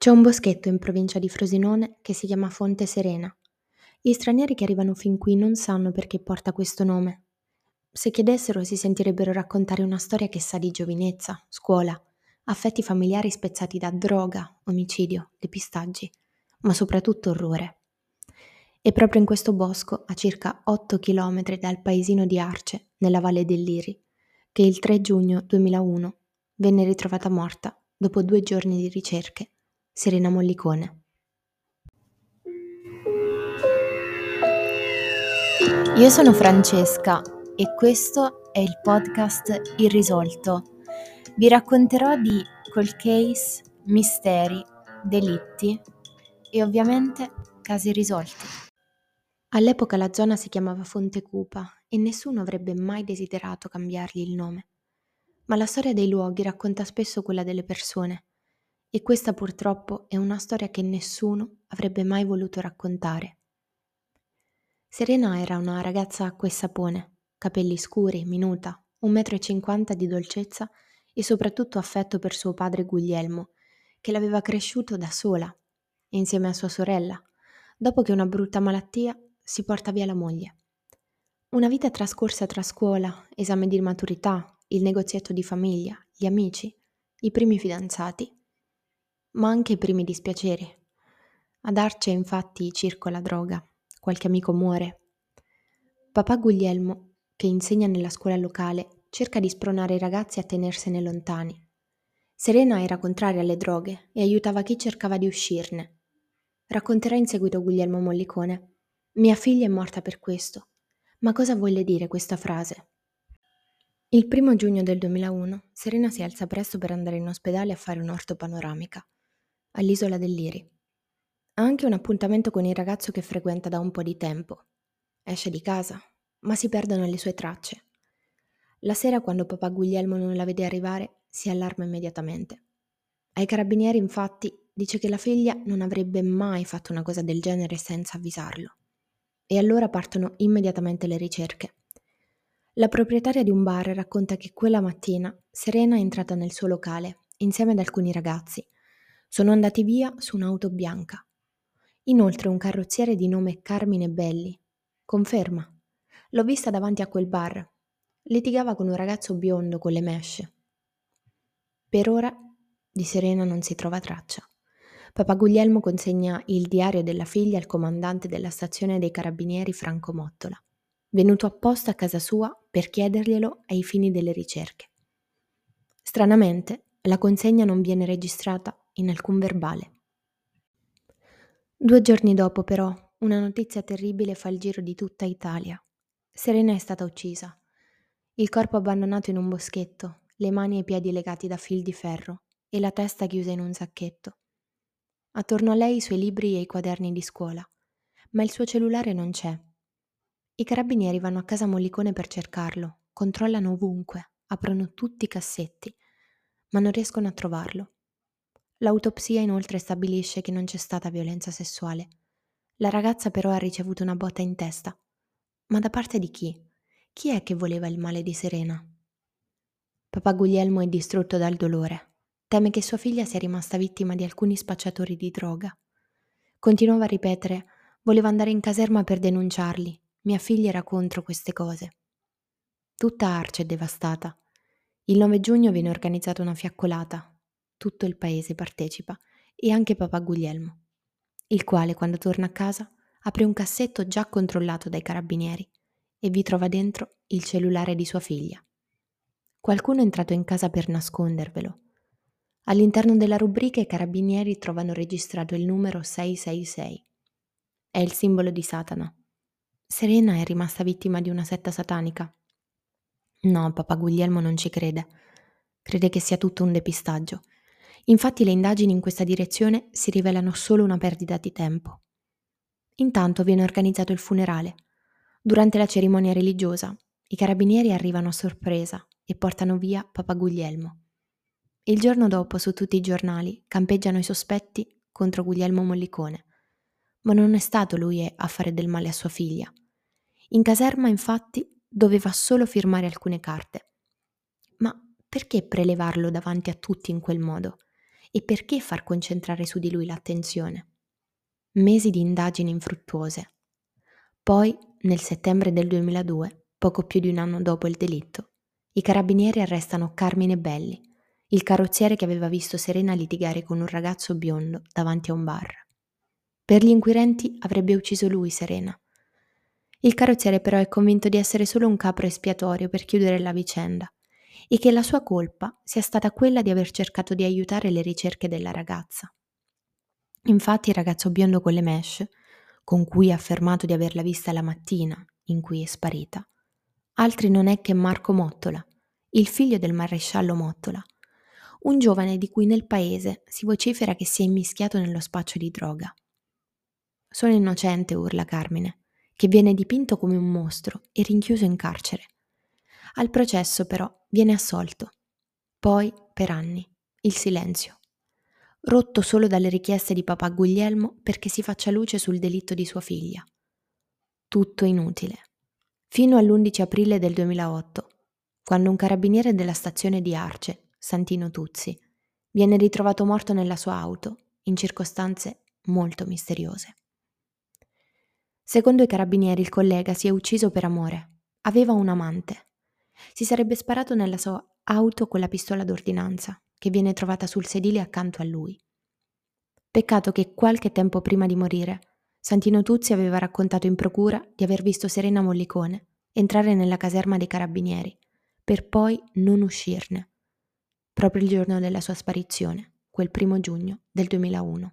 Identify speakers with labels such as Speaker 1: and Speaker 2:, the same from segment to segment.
Speaker 1: C'è un boschetto in provincia di Frosinone che si chiama Fonte Serena. Gli stranieri che arrivano fin qui non sanno perché porta questo nome. Se chiedessero si sentirebbero raccontare una storia che sa di giovinezza, scuola, affetti familiari spezzati da droga, omicidio, depistaggi, ma soprattutto orrore. E proprio in questo bosco, a circa 8 chilometri dal paesino di Arce, nella Valle del Liri, che il 3 giugno 2001 venne ritrovata morta dopo 2 giorni di ricerche, Serena Mollicone. Io sono Francesca e questo è il podcast Irrisolto. Vi racconterò di cold case, misteri, delitti e ovviamente casi irrisolti. All'epoca la zona si chiamava Fonte Cupa e nessuno avrebbe mai desiderato cambiargli il nome. Ma la storia dei luoghi racconta spesso quella delle persone e questa purtroppo è una storia che nessuno avrebbe mai voluto raccontare. Serena era una ragazza acqua e sapone, capelli scuri, minuta, 1,50 m di dolcezza e soprattutto affetto per suo padre Guglielmo, che l'aveva cresciuto da sola, insieme a sua sorella, dopo che una brutta malattia si porta via la moglie. Una vita trascorsa tra scuola, esame di maturità, il negozietto di famiglia, gli amici, i primi fidanzati, ma anche i primi dispiaceri. Ad Arce infatti circola droga, qualche amico muore. Papà Guglielmo, che insegna nella scuola locale, cerca di spronare i ragazzi a tenersene lontani. Serena era contraria alle droghe e aiutava chi cercava di uscirne. Racconterà in seguito Guglielmo Mollicone: «Mia figlia è morta per questo». Ma cosa vuole dire questa frase? Il 1 giugno del 2001 Serena si alza presto per andare in ospedale a fare un'ortopanoramica, all'isola del Liri. Ha anche un appuntamento con il ragazzo che frequenta da un po' di tempo. Esce di casa, ma si perdono le sue tracce. La sera, quando papà Guglielmo non la vede arrivare, si allarma immediatamente. Ai carabinieri, infatti, dice che la figlia non avrebbe mai fatto una cosa del genere senza avvisarlo. E allora partono immediatamente le ricerche. La proprietaria di un bar racconta che quella mattina Serena è entrata nel suo locale insieme ad alcuni ragazzi. Sono andati via su un'auto bianca. Inoltre un carrozziere di nome Carmine Belli conferma: l'ho vista davanti a quel bar. Litigava con un ragazzo biondo con le mesce. Per ora di Serena non si trova traccia. Papà Guglielmo consegna il diario della figlia al comandante della stazione dei carabinieri Franco Mottola, venuto apposta a casa sua per chiederglielo ai fini delle ricerche. Stranamente, la consegna non viene registrata in alcun verbale. 2 giorni dopo, però, una notizia terribile fa il giro di tutta Italia. Serena è stata uccisa. Il corpo abbandonato in un boschetto, le mani e i piedi legati da fil di ferro e la testa chiusa in un sacchetto. Attorno a lei i suoi libri e i quaderni di scuola, ma il suo cellulare non c'è. I carabinieri vanno a casa Mollicone per cercarlo, controllano ovunque, aprono tutti i cassetti, ma non riescono a trovarlo. L'autopsia inoltre stabilisce che non c'è stata violenza sessuale. La ragazza però ha ricevuto una botta in testa. Ma da parte di chi? Chi è che voleva il male di Serena? Papà Guglielmo è distrutto dal dolore. Teme che sua figlia sia rimasta vittima di alcuni spacciatori di droga. Continuava a ripetere: «Volevo andare in caserma per denunciarli. Mia figlia era contro queste cose». Tutta Arce è devastata. Il 9 giugno viene organizzata una fiaccolata. Tutto il paese partecipa e anche papà Guglielmo, il quale, quando torna a casa, apre un cassetto già controllato dai carabinieri e vi trova dentro il cellulare di sua figlia. Qualcuno è entrato in casa per nascondervelo. All'interno della rubrica i carabinieri trovano registrato il numero 666. È il simbolo di Satana. Serena è rimasta vittima di una setta satanica? No, papà Guglielmo non ci crede. Crede che sia tutto un depistaggio. Infatti le indagini in questa direzione si rivelano solo una perdita di tempo. Intanto viene organizzato il funerale. Durante la cerimonia religiosa, i carabinieri arrivano a sorpresa e portano via papà Guglielmo. Il giorno dopo, su tutti i giornali, campeggiano i sospetti contro Guglielmo Mollicone. Ma non è stato lui a fare del male a sua figlia. In caserma, infatti, doveva solo firmare alcune carte. Ma perché prelevarlo davanti a tutti in quel modo? E perché far concentrare su di lui l'attenzione? Mesi di indagini infruttuose. Poi, nel settembre del 2002, poco più di un anno dopo il delitto, i carabinieri arrestano Carmine Belli, il carrozziere che aveva visto Serena litigare con un ragazzo biondo davanti a un bar. Per gli inquirenti avrebbe ucciso lui Serena. Il carrozziere però è convinto di essere solo un capro espiatorio per chiudere la vicenda e che la sua colpa sia stata quella di aver cercato di aiutare le ricerche della ragazza. Infatti il ragazzo biondo con le mesh, con cui ha affermato di averla vista la mattina in cui è sparita, altri non è che Marco Mottola, il figlio del maresciallo Mottola, un giovane di cui nel paese si vocifera che si è immischiato nello spaccio di droga. Sono innocente, urla Carmine, che viene dipinto come un mostro e rinchiuso in carcere. Al processo però viene assolto. Poi, per anni, il silenzio, rotto solo dalle richieste di papà Guglielmo perché si faccia luce sul delitto di sua figlia. Tutto inutile. Fino all'11 aprile del 2008, quando un carabiniere della stazione di Arce, Santino Tuzzi, viene ritrovato morto nella sua auto, in circostanze molto misteriose. Secondo i carabinieri il collega si è ucciso per amore. Aveva un amante. Si sarebbe sparato nella sua auto con la pistola d'ordinanza, che viene trovata sul sedile accanto a lui. Peccato che qualche tempo prima di morire, Santino Tuzzi aveva raccontato in procura di aver visto Serena Mollicone entrare nella caserma dei carabinieri, per poi non uscirne, proprio il giorno della sua sparizione, quel 1 giugno del 2001.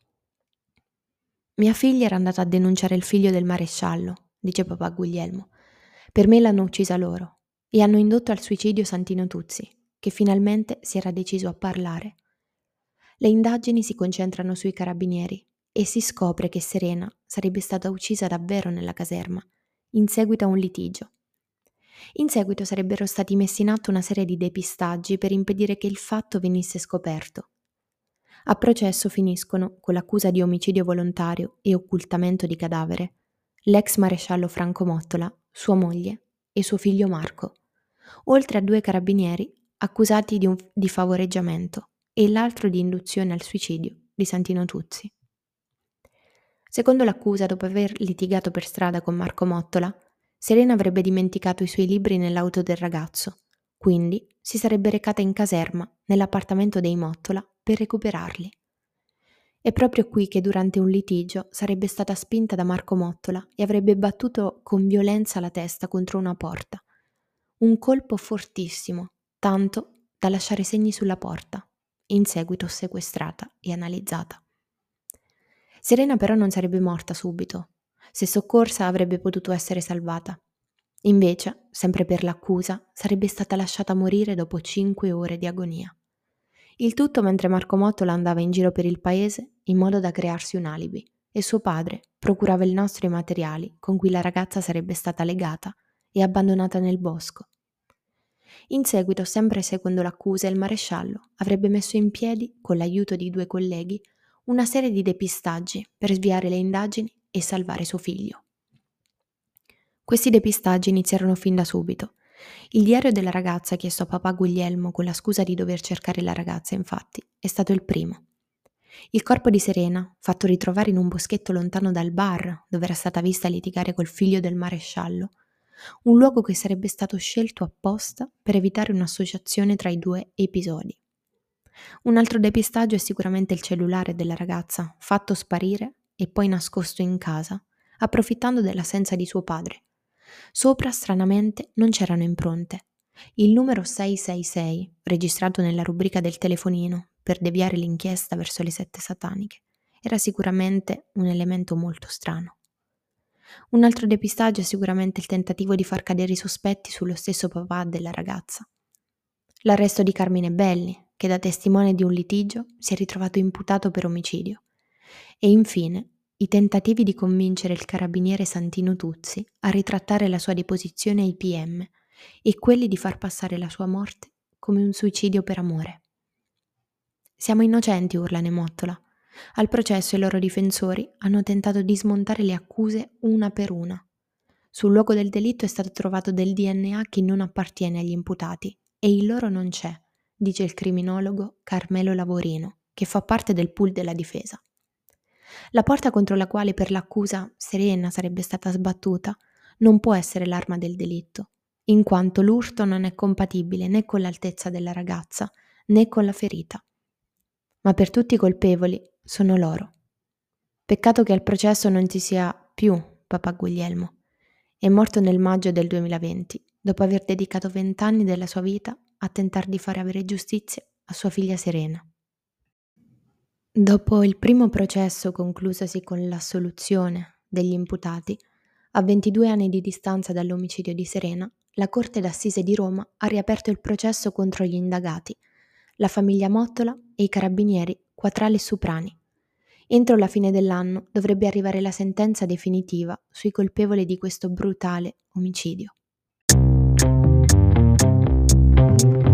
Speaker 1: Mia figlia era andata a denunciare il figlio del maresciallo, dice papà Guglielmo. Per me l'hanno uccisa loro e hanno indotto al suicidio Santino Tuzzi, che finalmente si era deciso a parlare. Le indagini si concentrano sui carabinieri e si scopre che Serena sarebbe stata uccisa davvero nella caserma, in seguito a un litigio. In seguito sarebbero stati messi in atto una serie di depistaggi per impedire che il fatto venisse scoperto. A processo finiscono, con l'accusa di omicidio volontario e occultamento di cadavere, l'ex maresciallo Franco Mottola, sua moglie e suo figlio Marco, oltre a 2 carabinieri accusati di favoreggiamento e l'altro di induzione al suicidio di Santino Tuzzi. Secondo l'accusa, dopo aver litigato per strada con Marco Mottola, Serena avrebbe dimenticato i suoi libri nell'auto del ragazzo, quindi si sarebbe recata in caserma, nell'appartamento dei Mottola, per recuperarli. È proprio qui che durante un litigio sarebbe stata spinta da Marco Mottola e avrebbe battuto con violenza la testa contro una porta. Un colpo fortissimo, tanto da lasciare segni sulla porta, in seguito sequestrata e analizzata. Serena però non sarebbe morta subito. Se soccorsa avrebbe potuto essere salvata. Invece, sempre per l'accusa, sarebbe stata lasciata morire dopo 5 ore di agonia. Il tutto mentre Marco Mottola andava in giro per il paese in modo da crearsi un alibi e suo padre procurava il nastro e i materiali con cui la ragazza sarebbe stata legata e abbandonata nel bosco. In seguito, sempre secondo l'accusa, il maresciallo avrebbe messo in piedi, con l'aiuto di 2 colleghi, una serie di depistaggi per sviare le indagini e salvare suo figlio. Questi depistaggi iniziarono fin da subito. Il diario della ragazza chiesto a papà Guglielmo con la scusa di dover cercare la ragazza, infatti, è stato il primo. Il corpo di Serena, fatto ritrovare in un boschetto lontano dal bar dove era stata vista litigare col figlio del maresciallo, un luogo che sarebbe stato scelto apposta per evitare un'associazione tra i 2 episodi. Un altro depistaggio è sicuramente il cellulare della ragazza, fatto sparire e poi nascosto in casa, approfittando dell'assenza di suo padre. Sopra, stranamente, non c'erano impronte. Il numero 666, registrato nella rubrica del telefonino per deviare l'inchiesta verso le 7 sataniche, era sicuramente un elemento molto strano. Un altro depistaggio è sicuramente il tentativo di far cadere i sospetti sullo stesso papà della ragazza. L'arresto di Carmine Belli, che da testimone di un litigio si è ritrovato imputato per omicidio. E infine i tentativi di convincere il carabiniere Santino Tuzzi a ritrattare la sua deposizione ai PM e quelli di far passare la sua morte come un suicidio per amore. Siamo innocenti, urla Nemottola. Al processo i loro difensori hanno tentato di smontare le accuse una per una. Sul luogo del delitto è stato trovato del DNA che non appartiene agli imputati e il loro non c'è, dice il criminologo Carmelo Lavorino, che fa parte del pool della difesa. La porta contro la quale per l'accusa Serena sarebbe stata sbattuta non può essere l'arma del delitto, in quanto l'urto non è compatibile né con l'altezza della ragazza né con la ferita. Ma per tutti i colpevoli sono loro. Peccato che al processo non ci sia più papà Guglielmo. È morto nel maggio del 2020, dopo aver dedicato 20 anni della sua vita a tentare di fare avere giustizia a sua figlia Serena. Dopo il primo processo conclusosi con l'assoluzione degli imputati, a 22 anni di distanza dall'omicidio di Serena, la Corte d'Assise di Roma ha riaperto il processo contro gli indagati, la famiglia Mottola e i carabinieri Quatrale e Suprani. Entro la fine dell'anno dovrebbe arrivare la sentenza definitiva sui colpevoli di questo brutale omicidio.